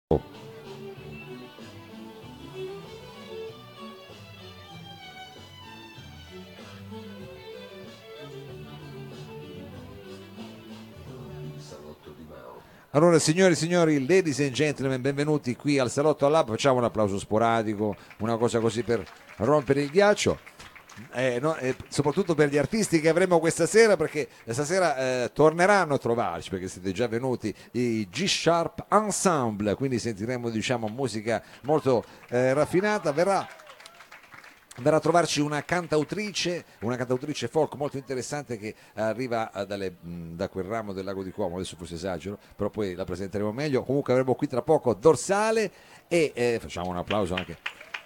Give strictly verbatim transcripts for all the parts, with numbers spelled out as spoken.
Allora, signori e signori, ladies and gentlemen, benvenuti qui al Salotto al Lab. Facciamo un applauso sporadico, una cosa così per rompere il ghiaccio. Eh, no, eh, soprattutto per gli artisti che avremo questa sera, perché stasera eh, torneranno a trovarci, perché siete già venuti, i G-Sharp Ensemble, quindi sentiremo, diciamo, musica molto eh, raffinata. Verrà Verrà a trovarci una cantautrice, una cantautrice folk molto interessante che arriva dalle, da quel ramo del lago di Como, adesso forse esagero, però poi la presenteremo meglio. Comunque avremo qui tra poco Dorsale e eh, facciamo un applauso anche.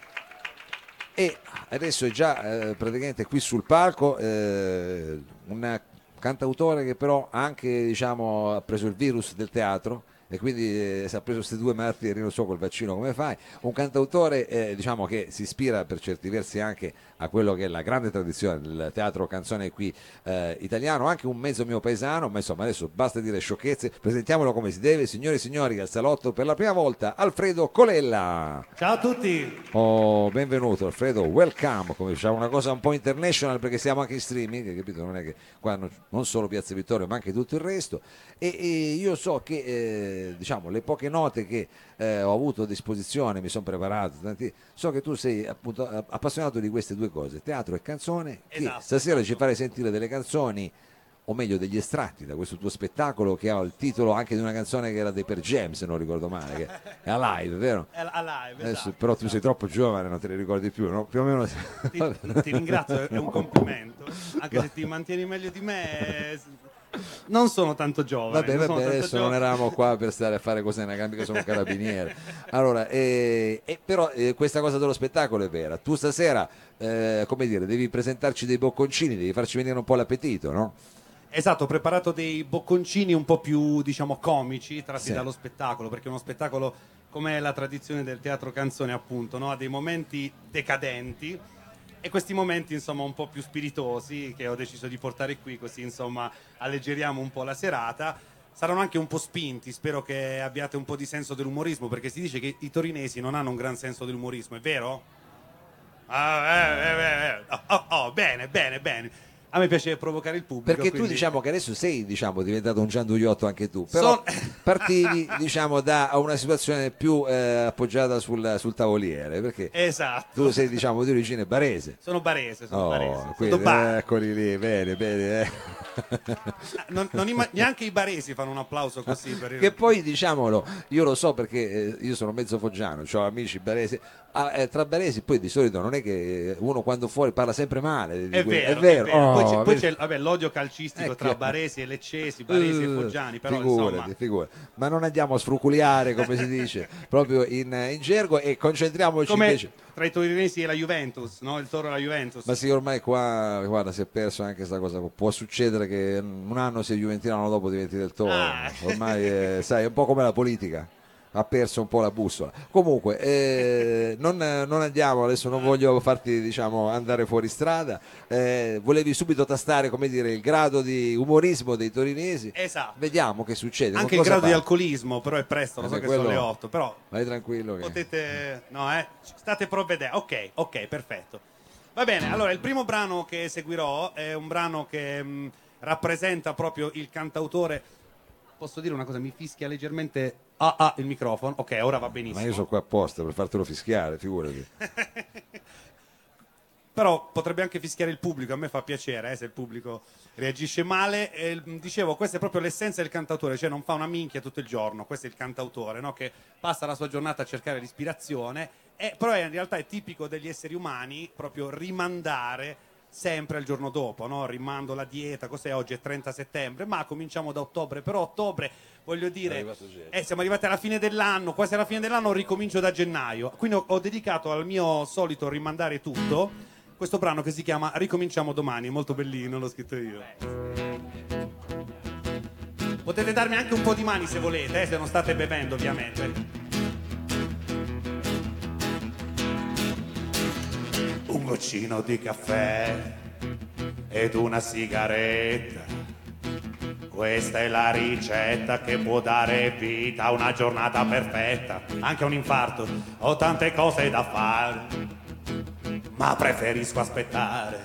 E adesso è già eh, praticamente qui sul palco eh, un cantautore che però anche, diciamo, ha preso il virus del teatro e quindi eh, si è preso queste due malattie, non so col vaccino come fai, un cantautore eh, diciamo che si ispira per certi versi anche a quello che è la grande tradizione del teatro canzone qui eh, italiano, anche un mezzo mio paesano, ma insomma adesso basta dire sciocchezze, presentiamolo come si deve, signore e signori, al salotto per la prima volta Alfredo Colella. Ciao a tutti. Oh, benvenuto Alfredo, welcome, come diciamo, una cosa un po' international perché siamo anche in streaming, capito? Non è che qua non, non solo Piazza Vittorio ma anche tutto il resto e, e io so che eh, diciamo le poche note che eh, ho avuto a disposizione, mi sono preparato, tanti, so che tu sei appunto appassionato di queste due cose, teatro e canzone, Esatto, che stasera esatto. ci farai sentire delle canzoni, o meglio degli estratti da questo tuo spettacolo che ha il titolo anche di una canzone che era dei Per Jam, se non ricordo male, che è Alive, vero? È Alive, Adesso, esatto, però esatto. tu sei troppo giovane, non te ne ricordi più, no? Più o meno. Ti, ti ringrazio, è un complimento, anche se ti mantieni meglio di me. Non sono tanto giovane. Vabbè, non vabbè, sono adesso tanto non giovane. eravamo qua per stare a fare cose nella mica sono un carabiniere. Allora, eh, eh, però eh, questa cosa dello spettacolo è vera. Tu stasera, eh, come dire, devi presentarci dei bocconcini, devi farci venire un po' l'appetito, no? Esatto, ho preparato dei bocconcini un po' più, diciamo, comici, tratti Sì. dallo spettacolo, perché uno spettacolo, come è la tradizione del teatro canzone, appunto, no? Ha dei momenti decadenti e questi momenti, insomma, un po' più spiritosi che ho deciso di portare qui, così, insomma, alleggeriamo un po' la serata. Saranno anche un po' spinti, spero che abbiate un po' di senso dell'umorismo, perché si dice che i torinesi non hanno un gran senso dell'umorismo, è vero? Ah, eh, eh, eh. Oh, oh, oh, bene, bene, bene. A me piace provocare il pubblico. Perché tu quindi... diciamo che adesso sei diciamo, diventato un gianduiotto anche tu, però Son- partivi diciamo, da una situazione più eh, appoggiata sul, sul tavoliere, perché Esatto. tu sei diciamo, di origine barese. Sono barese, sono Oh, barese. Sono quindi, bar. eccoli lì, bene, bene. Eh. Non, non imma- neanche i baresi fanno un applauso così per il... Che poi diciamolo, io lo so perché eh, io sono mezzo foggiano, ho amici baresi, ah, eh, tra baresi poi di solito non è che uno quando fuori parla sempre male. Di È quelli- vero, è vero. è vero. Poi Oh, c'è, poi vedi- c'è, vabbè, l'odio calcistico Eh, tra chi- baresi e leccesi, baresi e Eh, foggiani, però figurati, insomma... figurati. Ma non andiamo a sfruculiare come si dice proprio in, in gergo e concentriamoci Come invece. tra i torinesi e la Juventus, no? Il Toro e la Juventus. Ma sì, ormai qua guarda, si è perso anche questa cosa. Può succedere che un anno sei Juventino, l'anno dopo diventi del Toro. Ah. Ormai è, sai, è un po' come la politica. Ha perso un po' la bussola. Comunque, eh, non, non andiamo, adesso non voglio farti diciamo, andare fuori strada. Eh, volevi subito tastare come dire, il grado di umorismo dei torinesi. Esatto. Vediamo che succede. Anche Con il cosa grado di parte? alcolismo, però è presto, lo so Eh, che quello- sono le otto, però Vai tranquillo. Che... potete... No, eh? State provvedendo. Ok, ok, perfetto. Va bene, allora il primo brano che seguirò è un brano che mh, rappresenta proprio il cantautore. Posso dire una cosa? Mi fischia leggermente ah, ah, il microfono. Ok, ora va benissimo. Ma io sono qua apposta per fartelo fischiare, figurati. Però potrebbe anche fischiare il pubblico, a me fa piacere eh, se il pubblico reagisce male. E, mh, dicevo, questa è proprio l'essenza del cantautore, cioè non fa una minchia tutto il giorno, questo è il cantautore, no? Che passa la sua giornata a cercare l'ispirazione, e, però è, in realtà è tipico degli esseri umani proprio rimandare sempre al giorno dopo, no? Rimando la dieta, cos'è oggi? È trenta settembre, ma cominciamo da ottobre, però ottobre, voglio dire, arrivato gennaio. eh, siamo arrivati alla fine dell'anno, quasi alla fine dell'anno ricomincio da gennaio, quindi ho, ho dedicato al mio solito rimandare tutto questo brano che si chiama Ricominciamo domani, è molto bellino, l'ho scritto io. Potete darmi anche un po' di mani se volete, eh, se non state bevendo ovviamente. Un goccino di caffè ed una sigaretta, Questa è la ricetta che può dare vita a una giornata perfetta, anche a un infarto. Ho tante cose da fare, ma preferisco aspettare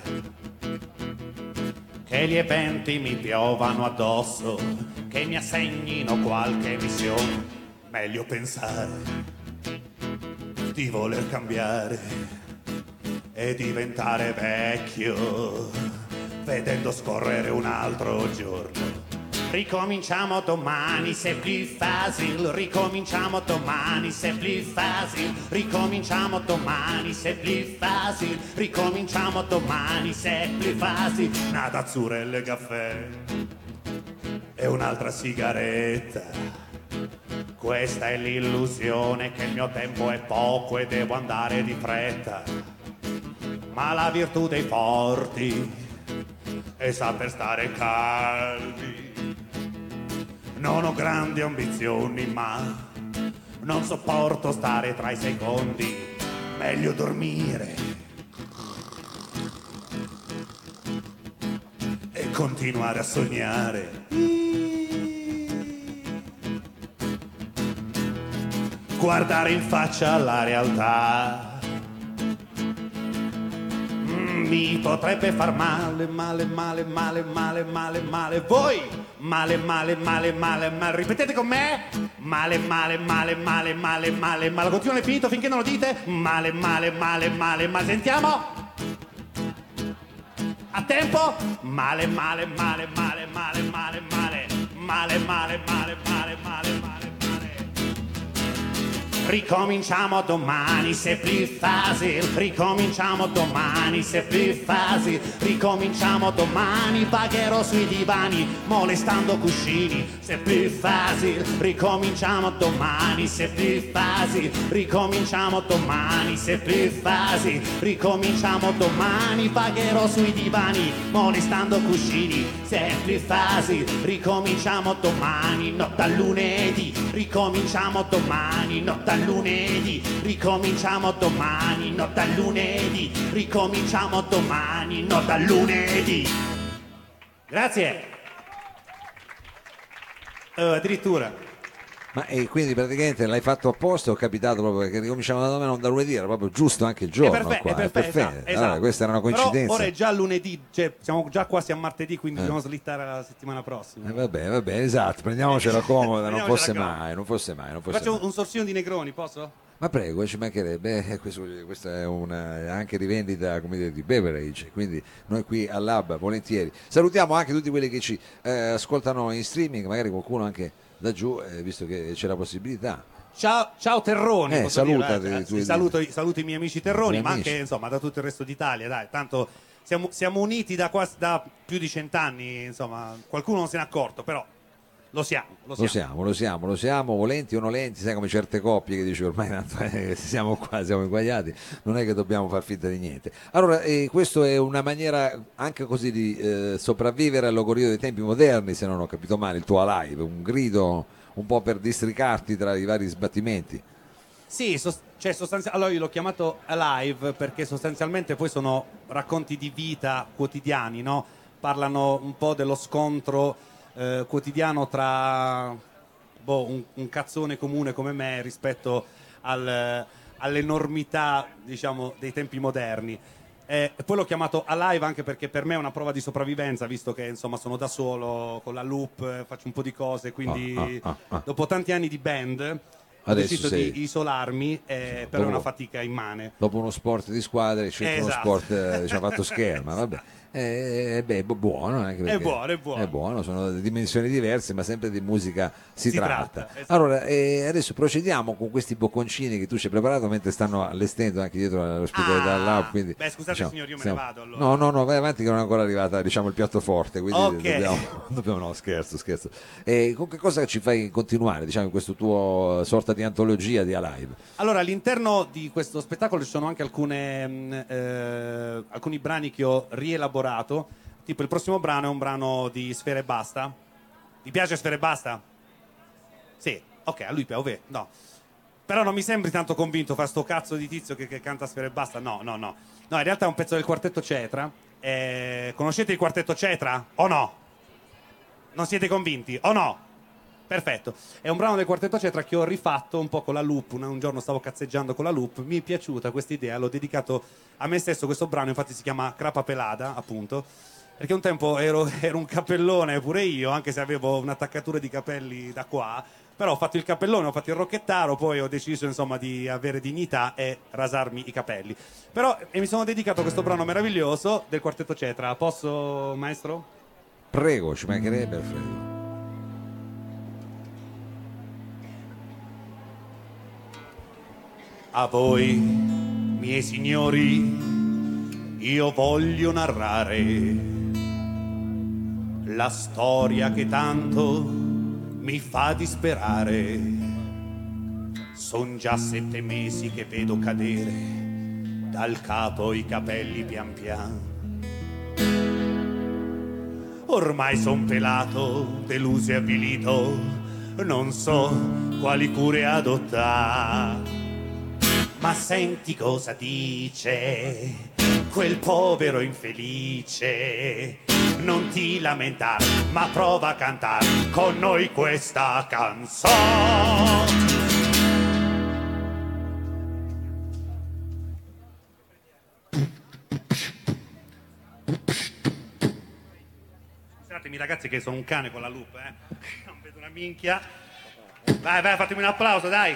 che gli eventi mi piovano addosso, che mi assegnino qualche missione. Meglio pensare di voler cambiare e diventare vecchio, vedendo scorrere un altro giorno. Ricominciamo domani, c'est plus facile. Ricominciamo domani, c'est plus facile. Ricominciamo domani, c'est plus facile. Ricominciamo domani, c'est plus facile. Nada azzurelle caffè e un'altra sigaretta. Questa è l'illusione che il mio tempo è poco e devo andare di fretta. Ma la virtù dei forti è saper stare calmi. Non ho grandi ambizioni, ma non sopporto stare tra i secondi. Meglio dormire e continuare a sognare. Guardare in faccia la realtà mm, mi potrebbe far male, male, male, male, male, male, male. Voi! Male, male, male, male, male. Ripetete con me. Male, male, male, male, male, male, male. Continua l'infinito finché non lo dite. Male, male, male, male, male. Sentiamo. A tempo. Male, male, male, male, male, male, male. Male, male, male, male, male, male. Ricominciamo domani, c'est plus facile. Ricominciamo domani, c'est plus facile. Ricominciamo domani, vagherò sui divani, molestando cuscini, c'est plus facile. Ricominciamo domani, c'est plus facile. Ricominciamo domani, c'est plus facile. Ricominciamo domani, vagherò sui divani, molestando cuscini, c'est plus facile. Ricominciamo domani, no dal lunedì. Ricominciamo domani, no dal lunedì, ricominciamo domani, no dal lunedì, ricominciamo domani, no dal lunedì. Grazie. Uh, addirittura. Ma e quindi praticamente l'hai fatto apposta o è capitato proprio perché ricominciamo da domenica, non da lunedì, era proprio giusto anche il giorno. È perfetto, qua, è perfetto, è perfetto. esatto, Allora, esatto. questa era una coincidenza. Però ora è già lunedì, cioè siamo già quasi a martedì, quindi Eh. dobbiamo slittare la settimana prossima. Eh, va bene, va bene, esatto, prendiamocela comoda, non Prendiamocela fosse comoda. mai, non fosse mai, non fosse Faccio mai. un, un sorsino di Negroni, posso? Ma prego, ci mancherebbe, eh, questo- questa è una anche rivendita, come dire, di beverage, quindi noi qui al Lab volentieri. Salutiamo anche tutti quelli che ci eh, ascoltano in streaming, magari qualcuno anche da giù, eh, visto che c'è la possibilità. Ciao, ciao Terroni, Eh, posso salutati, dire, eh? tu- Sì, saluto, saluto i miei amici Terroni, I tuoi ma amici. anche insomma da tutto il resto d'Italia, dai, tanto siamo, siamo uniti da, quasi, da più di cent'anni, insomma, qualcuno non se n'è accorto, però lo siamo, lo siamo. Lo siamo, lo siamo, lo siamo, volenti o nolenti, sai come certe coppie che dici ormai tanto eh, siamo qua, siamo inguagliati, non è che dobbiamo far finta di niente. Allora, eh, questa è una maniera anche così di eh, sopravvivere al logorio dei tempi moderni, se non ho capito male, il tuo live, un grido un po' per districarti tra i vari sbattimenti. Sì, sos- cioè sostanzia- allora io l'ho chiamato Alive perché sostanzialmente poi sono racconti di vita quotidiani, no? Parlano un po' dello scontro eh, quotidiano tra boh, un, un cazzone comune come me rispetto al- all'enormità, diciamo, dei tempi moderni. Eh, e poi l'ho chiamato Alive anche perché per me è una prova di sopravvivenza, visto che insomma sono da solo con la loop, eh, faccio un po' di cose, quindi Ah, ah, ah, ah. dopo tanti anni di band ho Adesso deciso sei- di isolarmi, eh, però è dopo- una fatica immane. Dopo uno sport di squadra hai scelto uno Esatto. sport eh, diciamo, fatto scherma, vabbè. Eh, beh, bu- buono, anche perché buono, è buono. è buono, sono dimensioni diverse, ma sempre di musica si, Si tratta. tratta, esatto. Allora, eh, adesso procediamo con questi bocconcini che tu ci hai preparato mentre stanno allestendo anche dietro l'ospitalità Ah, là, quindi, beh, scusate, diciamo, signor, io me stiamo- ne vado, allora. No, no, no, vai avanti che non è ancora arrivata, diciamo, il piatto forte, quindi Ok. dobbiamo, dobbiamo- no, scherzo, scherzo. E con che cosa ci fai continuare, diciamo, in questo tuo sorta di antologia di Alive? Allora, all'interno di questo spettacolo ci sono anche alcune, mh, eh, alcuni brani che ho rielaborato. Tipo il prossimo brano è un brano di Sfera e Basta. Ti piace Sfera e Basta? Sì, ok, a lui piace, no. Però non mi sembri tanto convinto fa sto cazzo di tizio che, che canta Sfera e Basta. No, no, no. No, in realtà è un pezzo del Quartetto Cetra. Eh, conoscete il Quartetto Cetra o no? Non siete convinti, o no? Perfetto. È un brano del Quartetto Cetra che ho rifatto un po' con la loop. Un giorno stavo cazzeggiando con la loop, mi è piaciuta questa idea, l'ho dedicato a me stesso questo brano, infatti si chiama Crapa Pelada, appunto. Perché un tempo ero, ero un cappellone pure io, anche se avevo un'attaccatura di capelli da qua. Però ho fatto il cappellone, ho fatto il rocchettaro, poi ho deciso insomma di avere dignità e rasarmi i capelli. Però e mi sono dedicato a questo brano meraviglioso del Quartetto Cetra. Posso, maestro? Prego, ci mancherebbe, Alfredo. A voi, miei signori, io voglio narrare la storia che tanto mi fa disperare. Son già sette mesi che vedo cadere dal capo i capelli pian pian. Ormai son pelato, deluso e avvilito, non so quali cure adottare. Ma senti cosa dice quel povero infelice. Non ti lamentare, ma prova a cantare con noi questa canzone. Scusatemi ragazzi che sono un cane con la loop, eh. Non vedo una minchia. Vai, vai, fatemi un applauso, dai.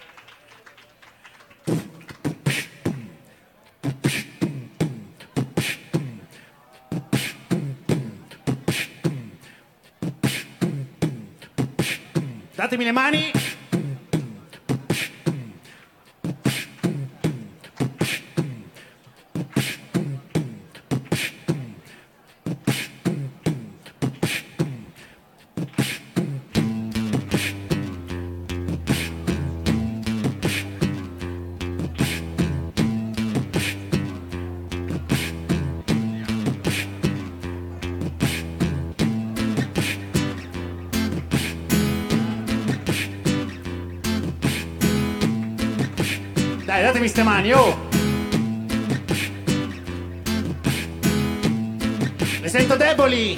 Datemi le mani. Dai, datemi ste mani, oh! Le sento deboli!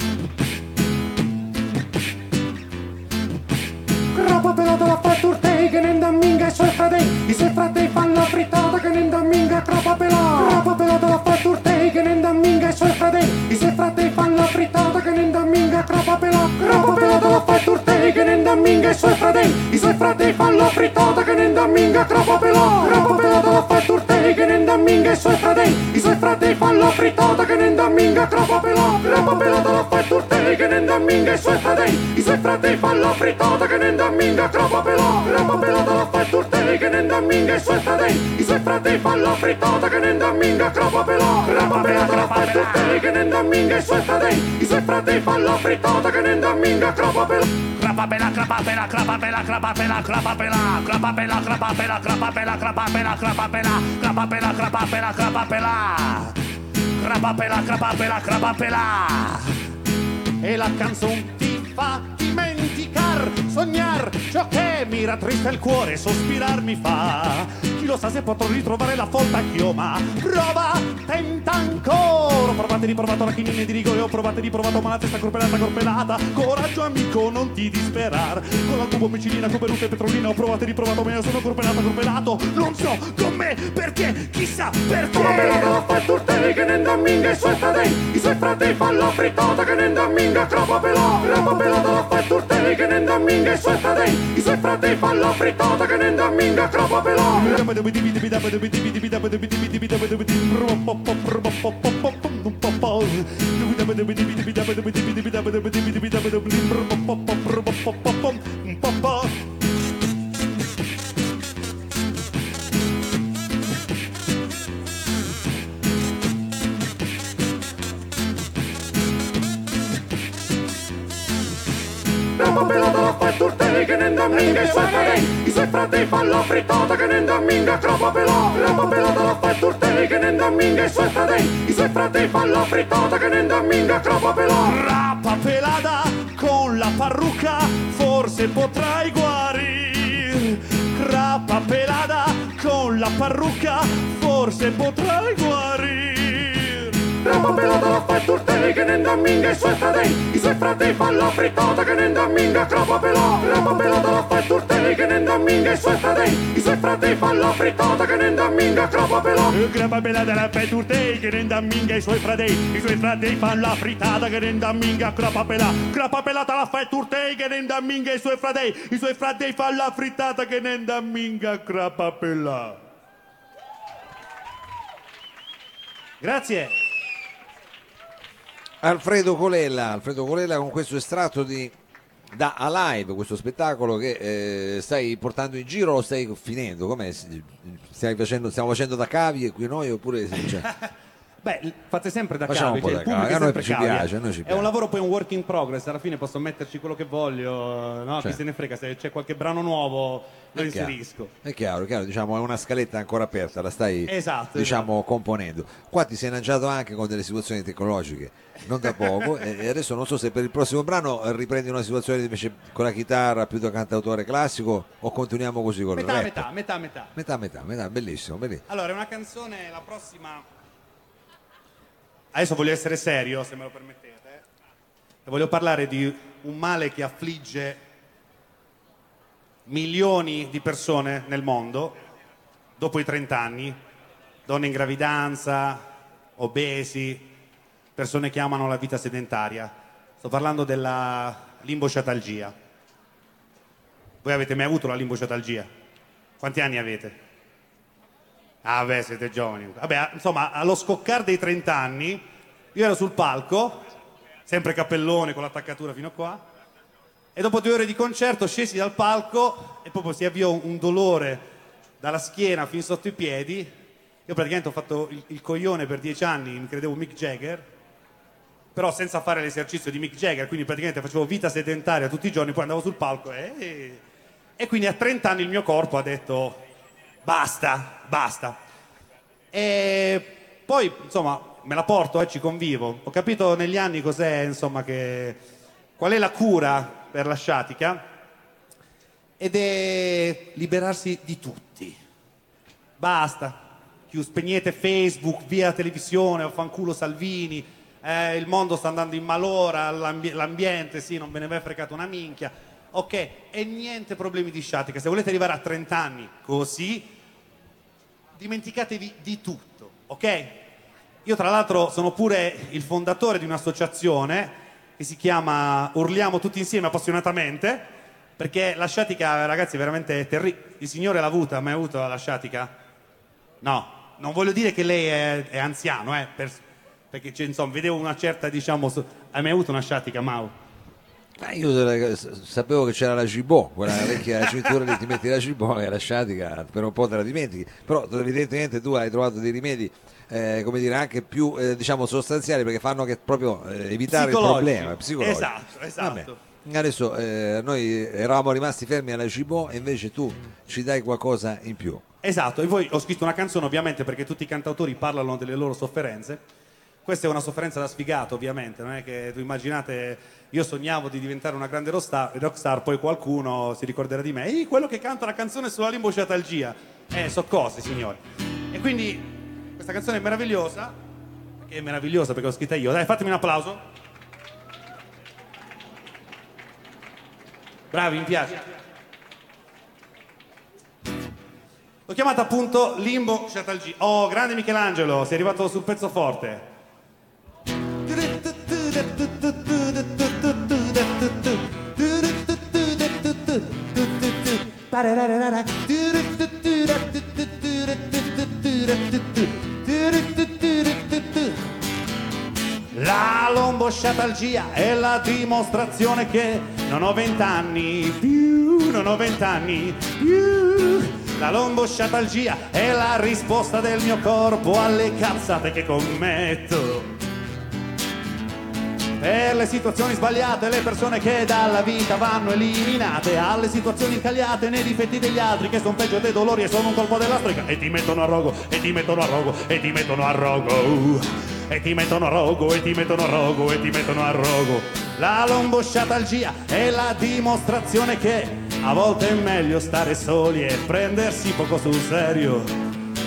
Crapa pelata la fatturtei che ne damminga i suoi fratelli. I suoi fratelli fanno la frittata che ne damminga crapa pelata. Crapa pelata la fatturtei che ne damminga i suoi fratelli. I suoi fratelli fanno la frittata che ne damminga crapa pelata. Crapa pelata la fatturtei che ne damminga i suoi fratelli. I suoi fratelli fanno la frittata che ne damminga crapa pelata. Crapa pelata la fatturtei che ne damminga i suoi fratelli. I suoi fratelli fanno la frittata che ne damminga crapa pelata. Crapa pelata la fatturtei che ne damminga i suoi fratelli. I suoi fratelli fanno la frittata che ne damminga crapa pelata. Crapa pelata la fatturtei che ne damminga i suoi fratelli. I suoi fratelli fanno la frittata che ne damminga crapa pelata. Crapa pelata la fatturtei che ne damminga i suoi fratelli. I suoi fratelli fanno la frittata che ne damminga crapa pelata. Crapapela, crapapela, crapapela, crapapela, crapapela, crapapela, crapapela, crapapela, crapapela, crapapela, crapapela, crapapela, crapapela, crapapela, crapapela, crapapela. E la canzone ti fa dimenticar, sognar ciò che mi rattrista il cuore, sospirar mi fa. Chi lo sa se potrò ritrovare la folta anch'io, ma prova, tenta ancora. Ho provato e riprovato la chinina di rigore, ho provato e riprovato ma la testa corpelata, corpelata. Coraggio amico, non ti disperar. Con la cubo micilina, cuberuta e petrolina, ho provato e riprovato, me ne sono corpelata, corpelato. Non so con me perché, chissà perché. Crapa pelata la fatturtei che ne damminga i suoi fratelli. I suoi fratelli fanno la frittata che ne damminga crapa pelata. Crapa pelata la fatturtei che ne damminga i suoi fratelli. I suoi fratelli fanno la frittata che ne damminga crapa pelata. Crapa pelata la fatturtei che ne damminga i suoi fratelli. I suoi fratelli fanno la frittata che ne damminga crapa pelata. Crapa pelata la fatturtei che ne damminga i suoi fratelli. I suoi fratelli fanno la frittata che ne damminga crapa pelata. Crapa pelata con la parrucca forse potrai guarir. Crapa pelata con la parrucca forse potrai guarir. Crapa grappa pelata la fai turtei che ne minga i suoi fratelli, i suoi fratelli fanno la frittata che ne minga grappa pelata, grappa pelata la fai turtei che ne minga i suoi fratelli, i suoi fratelli fanno la frittata che ne minga grappa pelata. Grappa pelata la fai turtei che ne minga i suoi fratelli, i suoi fratelli fanno la frittata che ne minga grappa pelata, grappa pelata la fai turtei che ne minga i suoi fratelli, i suoi fratelli fanno la frittata che ne minga grappa pelata. Grazie. Alfredo Colella, Alfredo Colella con questo estratto di da Alive, questo spettacolo che eh, stai portando in giro o lo stai finendo? Com'è? Stai facendo, stiamo facendo da cavi qui noi oppure cioè... Beh, fate sempre da Facciamo cavi, un po' cioè, da il pubblico cavi, è a noi sempre ci cavi, piace, eh. a noi ci È piace. un lavoro poi un work in progress, alla fine posso metterci quello che voglio, no? Cioè. Chi se ne frega, se c'è qualche brano nuovo lo È chiaro, inserisco. è chiaro, è chiaro, diciamo è una scaletta ancora aperta, la stai Esatto, diciamo esatto. componendo. Qua ti sei lanciato anche con delle situazioni tecnologiche, non da poco, e adesso non so se per il prossimo brano riprendi una situazione invece con la chitarra più da cantautore classico o continuiamo così con il Metà, rap? metà, metà, metà. Metà, metà, metà, bellissimo, bellissimo. Allora, è una canzone, la prossima... Adesso voglio essere serio, se me lo permettete. E voglio parlare di un male che affligge milioni di persone nel mondo dopo i trenta anni, donne in gravidanza, obesi, persone che amano la vita sedentaria. Sto parlando della limbosciatalgia. Voi avete mai avuto la limbosciatalgia? Quanti anni avete? Ah beh, siete giovani. Vabbè, insomma, allo scoccare dei trenta anni, io ero sul palco, sempre cappellone con l'attaccatura fino a qua, e dopo due ore di concerto scesi dal palco e proprio si avviò un, un dolore dalla schiena fin sotto i piedi. Io praticamente ho fatto il, il coglione per dieci anni, mi credevo Mick Jagger, però senza fare l'esercizio di Mick Jagger, quindi praticamente facevo vita sedentaria tutti i giorni, poi andavo sul palco e, e, e quindi a trenta anni il mio corpo ha detto basta, basta. E poi, insomma, me la porto e ci convivo. Ho capito negli anni cos'è, insomma, che qual è la cura per la sciatica ed è liberarsi di tutti. Basta. Chiù, spegnete Facebook, via la televisione, vaffanculo Salvini, eh, il mondo sta andando in malora, l'ambi- l'ambiente, sì, non ve ne è fregato una minchia. Ok, e niente problemi di sciatica. Se volete arrivare a trenta anni così, dimenticatevi di tutto, ok? Io tra l'altro sono pure il fondatore di un'associazione che si chiama Urliamo tutti insieme appassionatamente, perché la sciatica, ragazzi, è veramente terribile. Il signore l'ha avuta, mai avuto la sciatica? No, non voglio dire che lei è, è anziano, eh, per, perché cioè, insomma, vedevo una certa, diciamo, so, hai mai avuto una sciatica, Mau? Ma io sapevo che c'era la Gibò, quella vecchia cintura lì, ti metti la Gibò e la sciatica per un po' te la dimentichi, però evidentemente tu hai trovato dei rimedi eh, come dire anche più eh, diciamo sostanziali, perché fanno che proprio eh, evitare il problema psicologico. Esatto, esatto. Vabbè. Adesso eh, noi eravamo rimasti fermi alla Gibò e invece tu ci dai qualcosa in più. Esatto, e poi ho scritto una canzone ovviamente perché tutti i cantautori parlano delle loro sofferenze. Questa è una sofferenza da sfigato, ovviamente, non è che tu immaginate, io sognavo di diventare una grande rockstar, rockstar poi qualcuno si ricorderà di me, ehi, quello che canta la canzone sulla limbosciatalgia. Eh, so cose, signori. E quindi questa canzone è meravigliosa, perché è meravigliosa perché l'ho scritta io. Dai, fatemi un applauso. Bravi, mi piace. L'ho chiamata appunto limbosciatalgia. Oh, grande Michelangelo, sei arrivato sul pezzo forte. La lombosciatalgia è la dimostrazione che non ho vent'anni più, non ho vent'anni più. La lombosciatalgia è la risposta del mio corpo alle cazzate che commetto. Per le situazioni sbagliate, le persone che dalla vita vanno eliminate, alle situazioni incagliate nei difetti degli altri che sono peggio dei dolori e sono un colpo della storica e ti mettono a rogo, e ti mettono a rogo, e ti mettono a rogo, uh, e ti mettono a rogo, e ti mettono a rogo, e ti mettono a rogo. La lombosciatalgia è la dimostrazione che a volte è meglio stare soli e prendersi poco sul serio.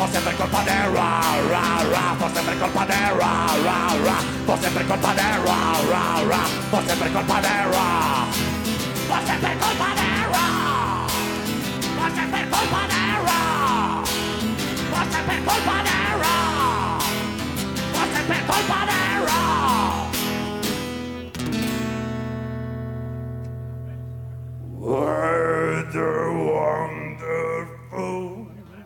forse per colpa del ra ra ra, forse per colpa del ra ra ra, forse per colpa del ra ra ra, forse per colpa del ra, forse per colpa del ra, forse per colpa del ra, forse per colpa del ra, forse per colpa del ra. What a wonderful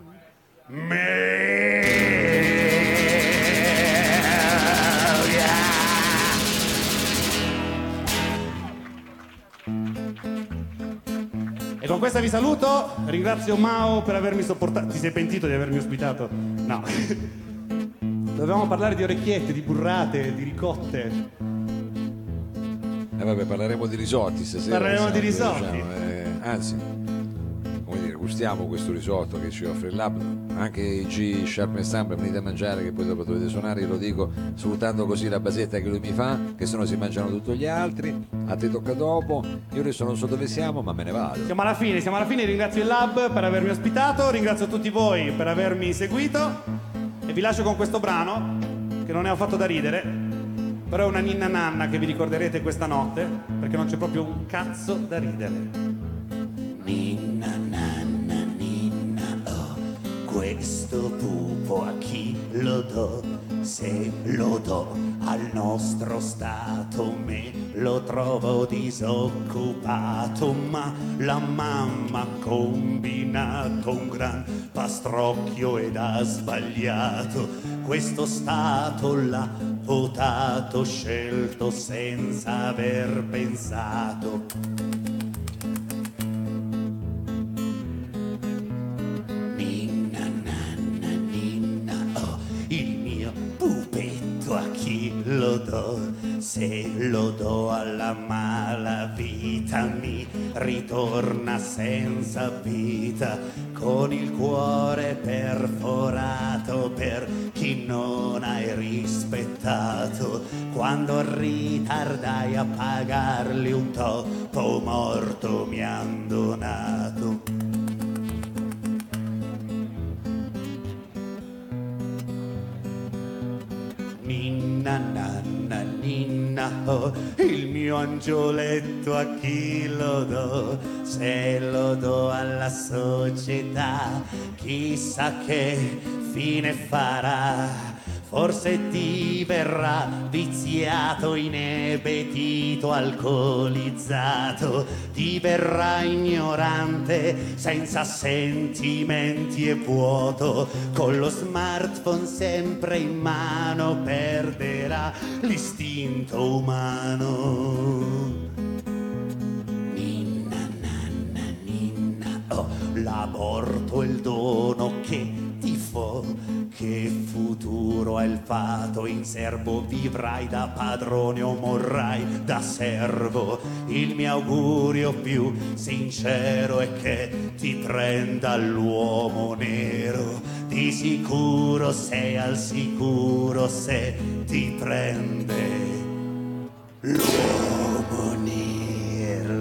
E con questa vi saluto, ringrazio Mao per avermi sopportato. Ti sei pentito di avermi ospitato? No. Dovevamo parlare di orecchiette, di burrate, di ricotte. Eh vabbè, parleremo di risotti stasera. Parleremo di diciamo, risotti. diciamo, eh, anzi, come dire, gustiamo questo risotto che ci offre il lab. Anche i G Sharp and Stamp, venite a mangiare che poi dopo dovete suonare, io lo dico sfruttando così la basetta che lui mi fa, che se no si mangiano tutti gli altri. A te tocca dopo, io adesso non so dove siamo ma me ne vado. Siamo alla fine, siamo alla fine, ringrazio il Lab per avermi ospitato, ringrazio tutti voi per avermi seguito e vi lascio con questo brano che non è affatto da ridere, però è una ninna nanna che vi ricorderete questa notte perché non c'è proprio un cazzo da ridere. Ninna nanna ninna oh, questo pupo a chi lo do? Se lo do al nostro stato me lo trovo disoccupato, ma la mamma ha combinato un gran pastrocchio ed ha sbagliato. Questo stato l'ha votato, scelto senza aver pensato. Ninna nanna ninna oh, il mio pupetto a chi lo do? Se lo do alla malavita mi ritorna senza vita, con il cuore perforato per chi non hai rispettato. Quando ritardai a pagarli un topo morto mi han donato. Ninna nanna ninna oh, il mio angioletto a chi lo do? Se lo do alla società chissà che fine farà. Forse ti verrà viziato, inebetito, alcolizzato, ti verrà ignorante, senza sentimenti e vuoto, con lo smartphone sempre in mano perderà l'istinto umano. Ninna nanna ninna oh, l'aborto è il dono che ti fo. Che futuro è il fato, in serbo vivrai da padrone o morrai da servo. Il mio augurio più sincero è che ti prenda l'uomo nero. Di sicuro sei al sicuro se ti prende l'uomo nero.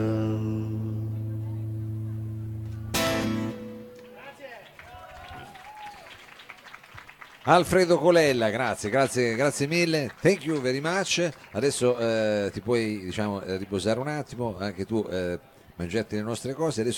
Alfredo Colella, grazie, grazie, grazie mille, thank you very much. Adesso eh, ti puoi diciamo riposare un attimo, anche tu eh, mangiarti le nostre cose. Adesso